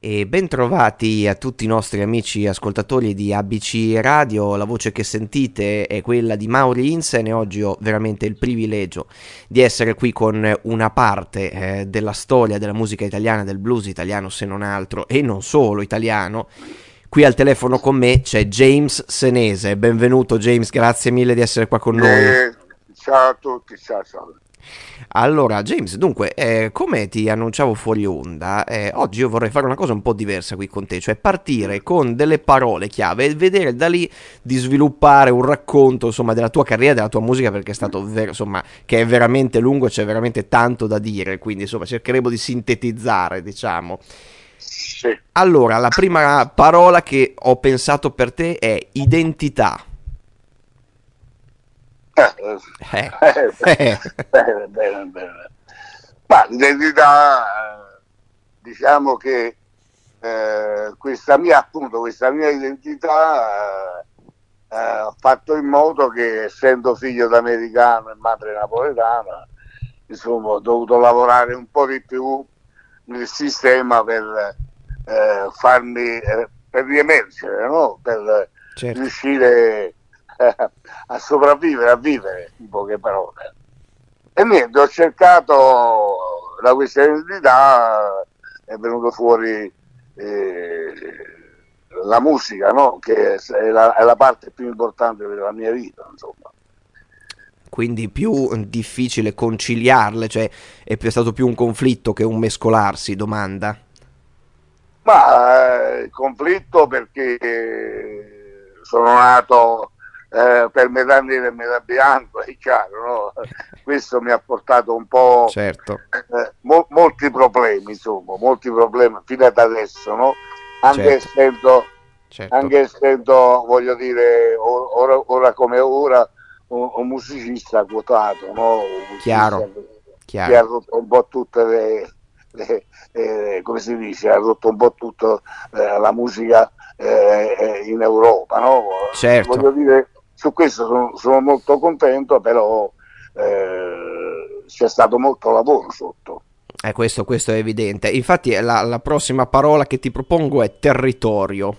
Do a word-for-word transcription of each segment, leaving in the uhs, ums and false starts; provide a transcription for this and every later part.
E bentrovati a tutti i nostri amici ascoltatori di A B C Radio. La voce che sentite è quella di Mauri Insen e oggi ho veramente il privilegio di essere qui con una parte eh, della storia della musica italiana, del blues italiano se non altro, e non solo italiano. Qui al telefono con me c'è James Senese. Benvenuto James, grazie mille di essere qua con noi. Eh, ciao a tutti, ciao, ciao. Allora, James, dunque, eh, come ti annunciavo fuori onda, eh, oggi io vorrei fare una cosa un po' diversa qui con te, cioè partire con delle parole chiave e vedere da lì di sviluppare un racconto, insomma, della tua carriera, della tua musica, perché è stato, ver- insomma, che è veramente lungo, c'è veramente tanto da dire, quindi, insomma, cercheremo di sintetizzare, diciamo. Sì. Allora, la prima parola che ho pensato per te è identità. Eh, Eh, eh, eh, bene, bene, bene. Ma l'identità, eh, diciamo che eh, questa mia, appunto, questa mia identità eh, eh, ha fatto in modo che, essendo figlio d'americano e madre napoletana, insomma, ho dovuto lavorare un po' di più nel sistema per eh, farmi, eh, per riemergere, no? Per certo. riuscire eh, a sopravvivere, a vivere, in poche parole. E niente, ho cercato da questa identità, è venuto fuori eh, la musica, no? Che è la, è la parte più importante della mia vita, insomma. Quindi più difficile conciliarle, cioè è più- è stato più un conflitto che un mescolarsi, domanda. Ma eh, conflitto perché sono nato eh, per metà nero e metà bianco, è chiaro, no? Questo mi ha portato un po' Certo, eh, mo- molti problemi, insomma, molti problemi fino ad adesso, no? Anche certo, essendo, certo. anche essendo, voglio dire, o- ora, ora come ora, un, un musicista quotato, no? Un musicista Chiaro, che, che ha chiaro. rotto un po' tutte le, le eh, come si dice, ha rotto un po' tutto eh, la musica eh, eh, in Europa, no? Certo. Voglio dire, su questo sono, sono molto contento, però eh, c'è stato molto lavoro sotto. Eh, questo, questo è evidente. Infatti la, la prossima parola che ti propongo è territorio.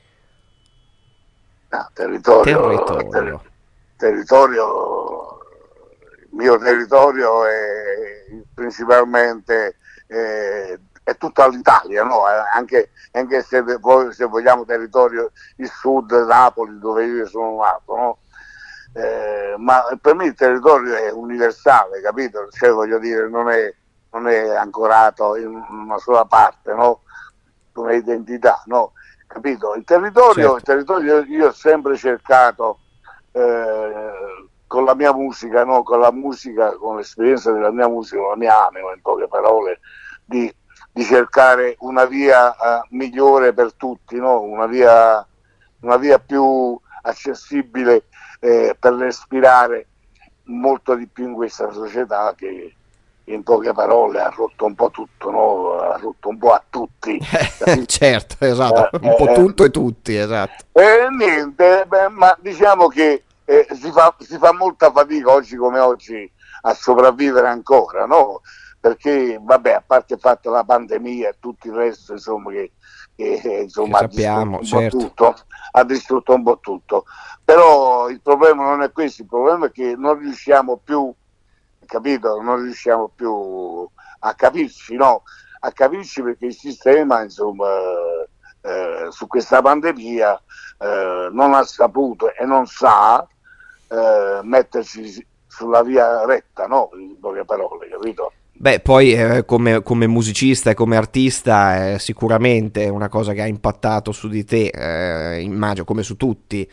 Ah, territorio, ter- Territorio. territorio, il mio territorio è principalmente eh, è tutta l'Italia, no? Eh, Anche, anche se, se vogliamo territorio, il sud, Napoli, dove io sono nato, no? Eh, ma per me il territorio è universale, capito? Cioè, voglio dire, non è, non è ancorato in una sola parte, no? Come identità, no? Capito? Il territorio, il Certo. territorio io ho sempre cercato eh, con la mia musica, no? Con la musica, con l'esperienza della mia musica, con la mia anima, in poche parole, di, di cercare una via eh, migliore per tutti, no? Una via, una via più accessibile eh, per respirare molto di più in questa società che in poche parole ha rotto un po' tutto, no? Ha rotto un po' a tutti. Certo, esatto. Eh, Un po' eh, tutto e tutti, esatto. eh, niente, beh, ma diciamo che eh, si fa, si fa molta fatica oggi come oggi a sopravvivere ancora, no? Perché, vabbè, a parte fatta la pandemia e tutto il resto, insomma, che, che, eh, Che insomma, ha distrutto sappiamo, un po' certo. tutto, ha distrutto un po' tutto. Però il problema non è questo, il problema è che non riusciamo più, capito? Non riusciamo più a capirci, no? A capirci perché il sistema, insomma, eh, su questa pandemia eh, non ha saputo e non sa eh, mettersi sulla via retta, no? In poche parole, capito? Beh, poi eh, come, come musicista e come artista è sicuramente una cosa che ha impattato su di te, eh, immagino, come su tutti.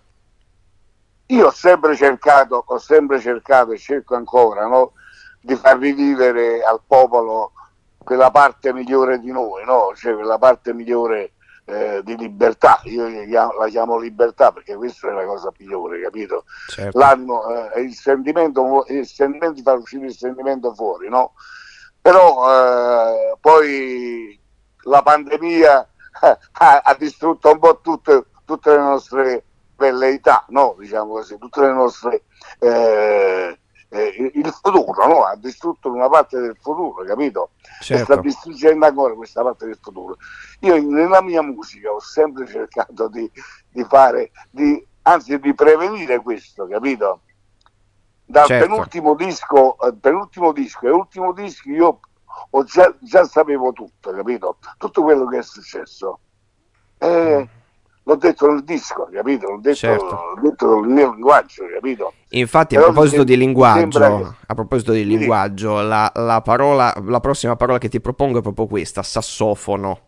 Io ho sempre cercato, ho sempre cercato e cerco ancora, no? Di far rivivere al popolo quella parte migliore di noi, no? Cioè quella parte migliore eh, di libertà. Io la chiamo libertà perché questa è la cosa migliore, capito? Certo. L'animo, eh, il sentimento, il sentimento di far uscire il sentimento fuori, no? Però eh, poi la pandemia ha, ha distrutto un po' tutte, tutte le nostre velleità, no? Diciamo così, tutte le nostre eh, eh, il futuro, no? Ha distrutto una parte del futuro, capito? E sta certo. distruggendo ancora questa parte del futuro. Io nella mia musica ho sempre cercato di, di fare, di, anzi di prevenire questo, capito? Dal Certo. penultimo disco, eh, penultimo disco e ultimo disco io ho già, già sapevo tutto, capito? Tutto quello che è successo. E l'ho detto nel disco, capito? L'ho detto, Certo. l'ho detto nel mio linguaggio, capito? Infatti, a Però mi, proposito sem- di mi sembra che... linguaggio, a proposito di Mi dica, linguaggio, la, la parola, la prossima parola che ti propongo è proprio questa, sassofono.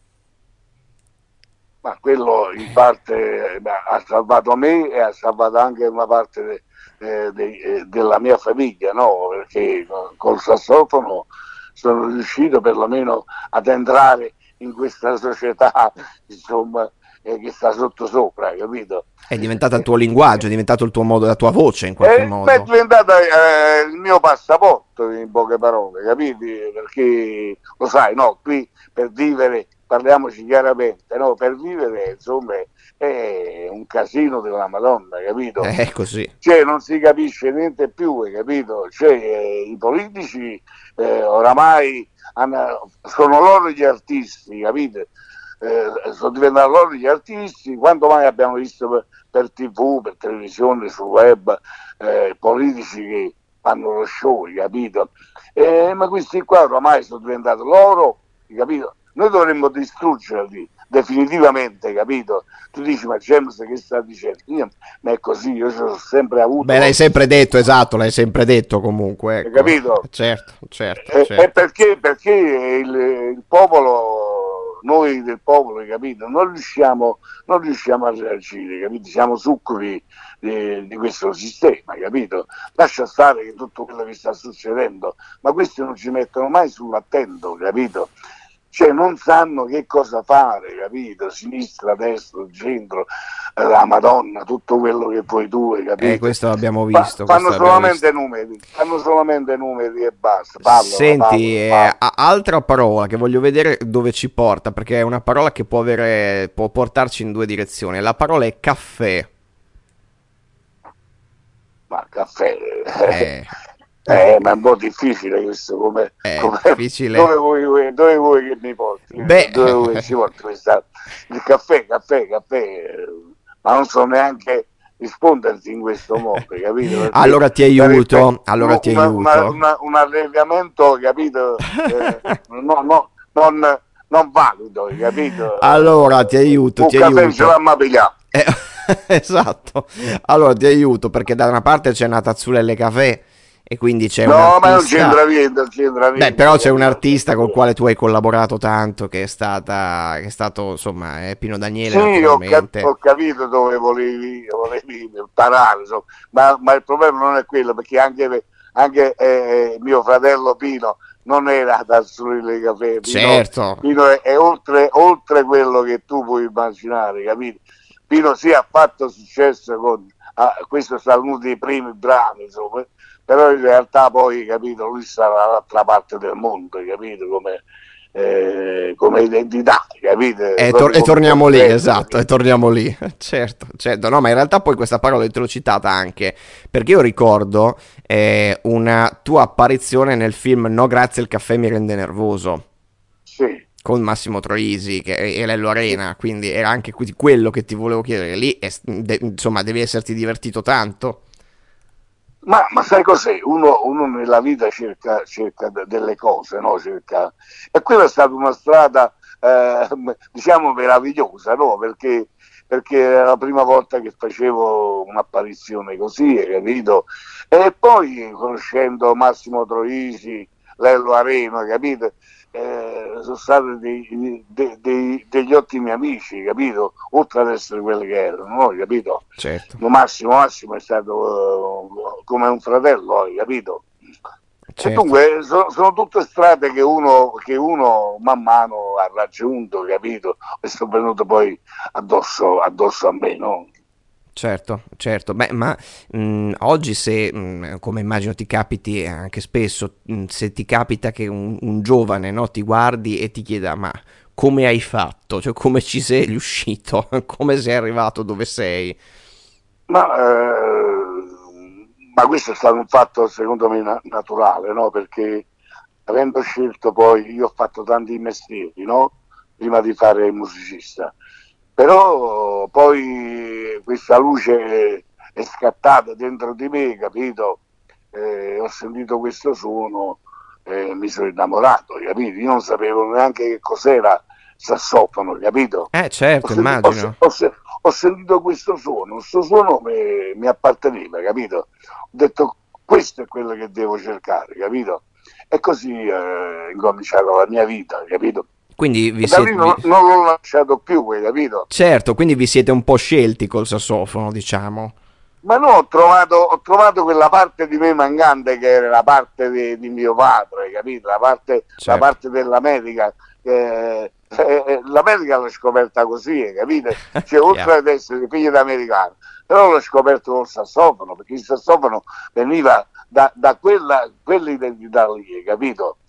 ma quello in parte eh, ha salvato me e ha salvato anche una parte de- eh, de- eh, della mia famiglia, no? Perché co- col sassofono sono riuscito perlomeno ad entrare in questa società, insomma, eh, che sta sotto sopra, capito? È diventato il Eh, tuo linguaggio, è diventato il tuo modo, la tua voce in qualche E beh, è modo. diventata eh, il mio passaporto, in poche parole, capiti? Perché lo sai, no, qui per vivere, parliamoci chiaramente, no, per vivere, insomma, è un casino della Madonna, capito? È così. Cioè, non si capisce niente più, hai capito? Cioè, eh, i politici eh, oramai hanno- sono loro gli artisti, capite? Eh, sono diventati loro gli artisti. Quando mai abbiamo visto per, per tivù, per televisione, sul web, eh, politici che fanno lo show, capito? Eh, ma questi qua ormai sono diventati loro, capito? Noi dovremmo distruggerli definitivamente, capito? Tu dici, ma James che sta dicendo? Io, ma è così, io ci ho sempre Beh, l'hai avuto, sempre detto, esatto, l'hai sempre detto comunque, hai ecco. capito? Certo, certo, E, e certo. perché, perché il, il popolo, noi del popolo, capito? Non riusciamo, non riusciamo a reagire, capito? Siamo succubi di, di questo sistema, capito? Lascia stare che tutto quello che sta succedendo, ma questi non ci mettono mai sull'attento, capito? Cioè non sanno che cosa fare, capito? Sinistra, destra, centro, eh, la Madonna, tutto quello che vuoi tu, hai Eh, capito? questo l'abbiamo Fa- visto, questo fanno l'abbiamo solamente visto. numeri, fanno solamente numeri e basta, parlano, Senti, parlano, eh, parlano. a- altra parola che voglio vedere dove ci porta, perché è una parola che può avere, può portarci in due direzioni. La parola è caffè. Ma caffè, Eh, eh, ma è un po' difficile questo, come, è come- difficile. dove, vuoi, dove vuoi che mi porti? Beh, Dove vuoi che ci porti questa? Il caffè, caffè, caffè, eh, ma non so neanche risponderti in questo modo, capito? Perché allora ti sarebbe aiuto, allora un, ti una- una- aiuto. una- un arregliamento, capito? Eh, no, no, non, non valido, capito? Allora ti Eh, aiuto, un ti caffè ce aiuto. l'ha pigliato. Eh, esatto. Allora ti aiuto perché da una parte c'è Natazzulelle Café e quindi c'è un No, ma non c'entra artista. niente, non c'entra Beh, niente, però c'è un capito? Non artista c'entra col niente. quale tu hai collaborato tanto che è stata che è stato, insomma, è Pino Daniele Sì, ho, cap- naturalmente. ho capito dove volevi, volevi parare, insomma. ma, ma il problema non è quello, perché anche, anche eh, mio fratello Pino non era dal Sole Caffè, Pino, Certo. Pino è, è oltre, oltre quello che tu puoi immaginare, capito? Pino sì ha fatto successo con, ah, questo sono uno dei primi brani, insomma, però in realtà poi, capito, lui sta dall'altra parte del mondo, capito, come, eh, come identità, capite? E, tor- Proprio e come torniamo lì, concetti, esatto, e capito? torniamo lì. Certo, certo. No, ma in realtà poi questa parola te l'ho citata anche perché io ricordo eh, una tua apparizione nel film No grazie, il caffè mi rende nervoso Sì, con Massimo Troisi che, e Lello sì. Arena, quindi era anche qui- quello che ti volevo chiedere. Lì, è- de- insomma, devi esserti divertito tanto. Ma, ma sai cos'è? Uno, uno nella vita cerca, cerca de- delle cose, no? Cerca... E quella è stata una strada, eh, diciamo, meravigliosa, no? Perché, perché era la prima volta che facevo un'apparizione così, hai capito? E poi conoscendo Massimo Troisi, Lello Arena, capito? Eh, sono stati dei- dei- dei- degli ottimi amici, capito? Oltre ad essere quelli che erano, no? Capito? Certo, Massimo, Massimo è stato uh, come un fratello, hai capito? E certo. dunque so, sono tutte strade che uno, che uno man mano ha raggiunto, capito? E sono venuto poi addosso, addosso a me, no? Certo, certo. Beh, ma mh, oggi se, mh, come immagino ti capiti anche spesso, mh, se ti capita che un, un giovane, no, ti guardi e ti chieda ma come hai fatto? Cioè come ci sei riuscito? Come sei arrivato dove sei? Ma, eh, Ma questo è stato un fatto secondo me na- naturale, no? Perché avendo scelto poi, io ho fatto tanti mestieri, no? Prima di fare il musicista. Però poi questa luce è scattata dentro di me, capito? Eh, ho sentito questo suono e mi sono innamorato, capito? Io non sapevo neanche che cos'era sassofono, capito? Eh, Ho, certo, senti- ho immagino. se- ho se- ho sentito questo suono, questo suono mi, mi apparteneva, capito? Ho detto questo è quello che devo cercare, capito? E così eh, è incominciata la mia vita, capito? Quindi vi E da lì siete... non, vi- non l'ho lasciato più, hai capito? Certo, quindi vi siete un po' scelti col sassofono, diciamo. Ma no, ho trovato, ho trovato quella parte di me mancante che era la parte di, di mio padre, capito? La parte, la Certo. parte dell'America. Eh, eh, L'America l'ho scoperta così, eh, capite? Cioè, oltre Chiaro. ad essere figlio d'americano, però l'ho scoperto col sassofono, perché il sassofono veniva da, da quella, quell'identità lì, capito?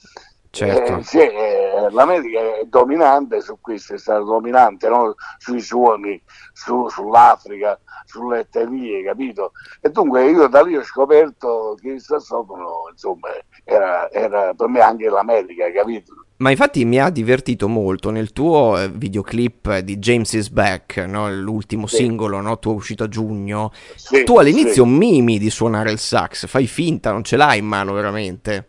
Eh, Certo. cioè, eh, L'America è dominante su questo, è stata dominante, no? Sui suoni, su, sull'Africa, sulle etnie, capito? E dunque io da lì ho scoperto che il sassofono, insomma, era, era per me anche l'America, capito? Ma infatti mi ha divertito molto nel tuo eh, videoclip di James is Back, no? L'ultimo Sì, singolo, no? Tuo uscito a giugno. sì, Tu all'inizio sì. mimi di suonare il sax, fai finta, non ce l'hai in mano veramente.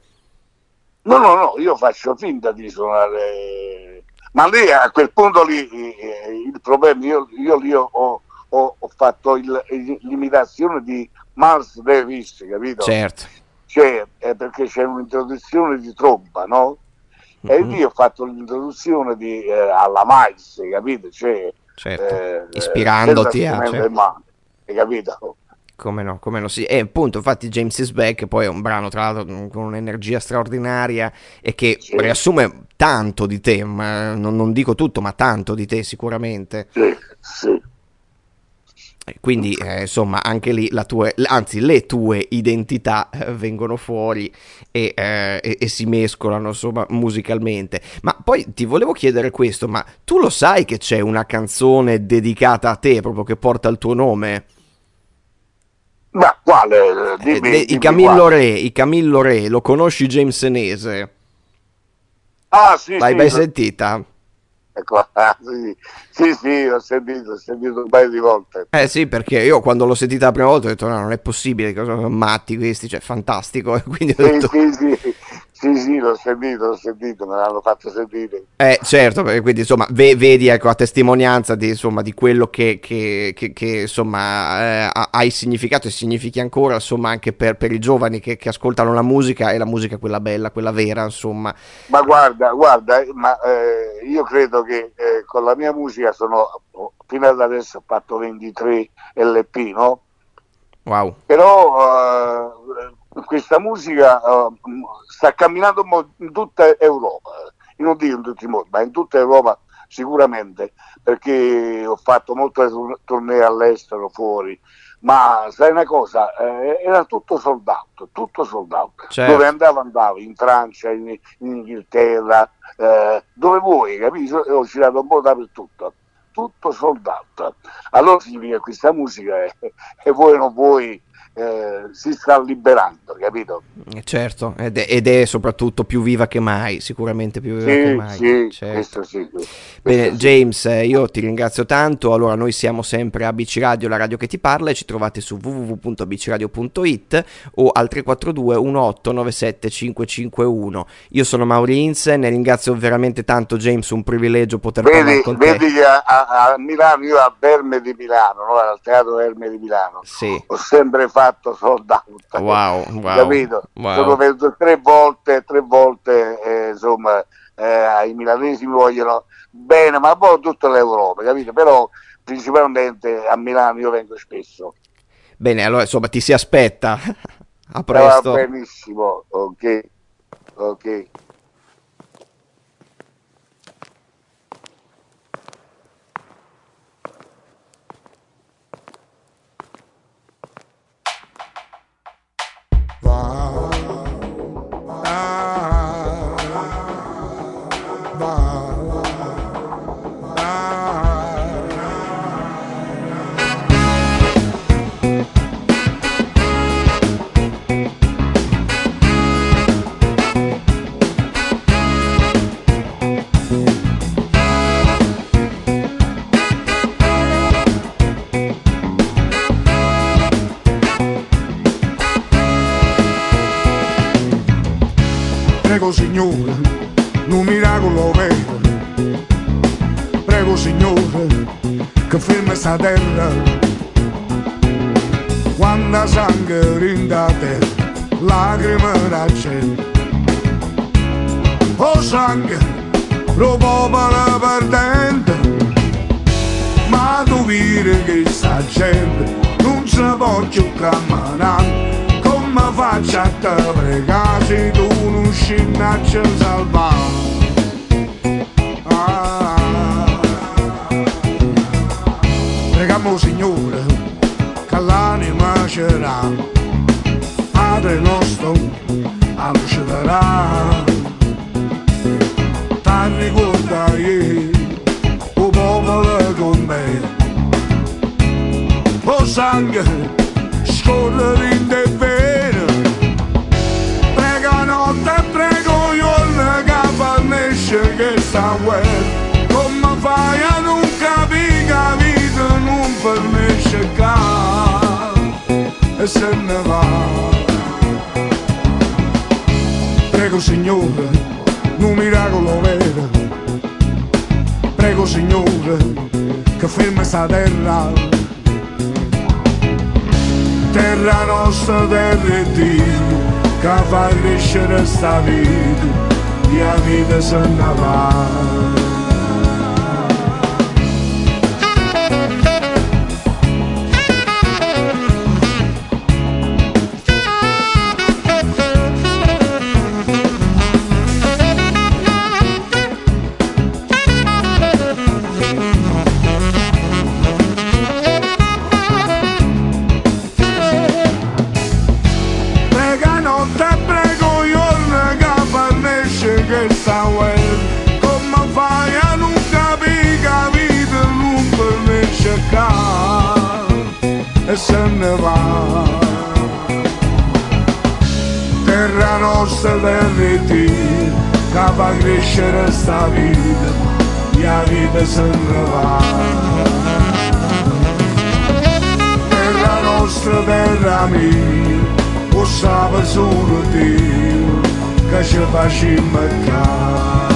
No, no, no, io faccio finta di suonare, ma lì a quel punto lì eh, il problema, io, io lì ho, ho- ho fatto il- l'imitazione di Miles Davis, capito? Certo. Cioè, eh, perché c'è un'introduzione di tromba, no? E Mhm. lì ho fatto l'introduzione di, eh, alla Miles, capito? Cioè, Certo. eh, eh, senza Ispirandoti a... strumento Certo. in mano, hai capito? Come no, come no, sì. E appunto, infatti James is Back poi è un brano tra l'altro con un'energia straordinaria e che Sì, riassume tanto di te, ma non, non dico tutto, ma tanto di te sicuramente. sì, sì. E quindi, eh, insomma, anche lì la tua, anzi, le tue identità eh, vengono fuori e, eh, e- e si mescolano, insomma, musicalmente. Ma poi ti volevo chiedere questo, ma tu lo sai che c'è una canzone dedicata a te, proprio che porta il tuo nome? Ma quale? Eh, de- Dimmi, I dimmi Camillo quale. Re, i Camillo Re, lo conosci James Senese? Ah, sì, L'hai sì, mai lo- sentita? ecco, ah, sì, sì, sì, ho sentito, ho sentito un paio di volte. Eh sì, perché io quando l'ho sentita la prima volta ho detto no, non è possibile, cosa sono matti questi, cioè fantastico, e quindi ho Sì, detto sì, sì, sì, sì, l'ho sentito, l'ho sentito, me l'hanno fatto sentire. eh, certo, perché quindi insomma ve- vedi ecco a testimonianza di, insomma, di quello che, che- che- che, insomma eh, ha- hai significato e significhi ancora insomma anche per, per i giovani che, che ascoltano la musica e la musica quella bella, quella vera insomma. Ma guarda, guarda, eh, ma eh, io credo che eh, con la mia musica sono, fino ad adesso ho fatto ventitré L P, no? Wow, Però eh, questa musica eh, sta camminando mo- in tutta Europa, io non dico in tutti i modi, ma in tutta Europa sicuramente, perché ho fatto molte tour- tournée all'estero, fuori, ma sai una cosa, eh, era tutto sold out, tutto sold out, dove certo. andavo andavo, in Francia, in, in Inghilterra, eh, dove vuoi, capito? Ho girato un po' dappertutto, tutto sold out. Allora significa che questa musica è, e vuoi o non vuoi eh, si sta liberando, capito? Eh, certo, ed è, ed è soprattutto più viva che mai, sicuramente più viva che Sì, mai, sì, certo. questo sì, questo Bene, sì. James, eh, io ti ringrazio tanto. Allora, noi siamo sempre A B C Radio, la radio che ti parla, e ci trovate su w w w punto a b c radio punto i t o al tre quattro due uno otto nove sette cinque cinque uno. Io sono Mauri Insen e ringrazio veramente tanto, James, un privilegio poter parlare Vedi, con te. vedi che a, a- a Milano, io a Verme di Milano, no? Al Teatro Verme di Milano, Sì, ho sempre fatto sold out, wow, wow, capito? Sono wow. venuto tre volte, tre volte, eh, insomma, eh, i milanesi mi vogliono bene, ma poi tutta l'Europa, capito? Però principalmente a Milano io vengo spesso. Bene, allora, insomma, ti si aspetta. A E va presto. benissimo, ok, ok. Prego Signore, un miracolo vero. Prego Signore, che ferma sta terra. Quando sangue rinda terra, lacrime da cielo. Oh sangue, lo popolo perdente. Ma tu vedi che sta gente non si può più camminare. Come faccio a te pregare se tu non scendi a ci salvare? Ah, preghiamo Signore che l'anima c'era, Padre nostro, a luce darà. Ti ricorda ieri, o popolo con me. O sangue, scorre in te vena. Prega notte e prego giorno che fornisce questa guerra. Come fai a non capire che la vita non fornisce cane e se ne va? Prego Signore, un miracolo vero. Prego Signore, che ferma sta terra. Terra nostra, terra e Dio, che fa crescere sta vita, e la vita se ne va. Questa guerra, come fai a non capire che la vita non permette cane e se ne va? Terra nostra, terra e Dio, che fa crescere sta vita, e la vita se ne va. Terra nostra, terra mia, lo sa solo Dio, che ci facciamo mancare.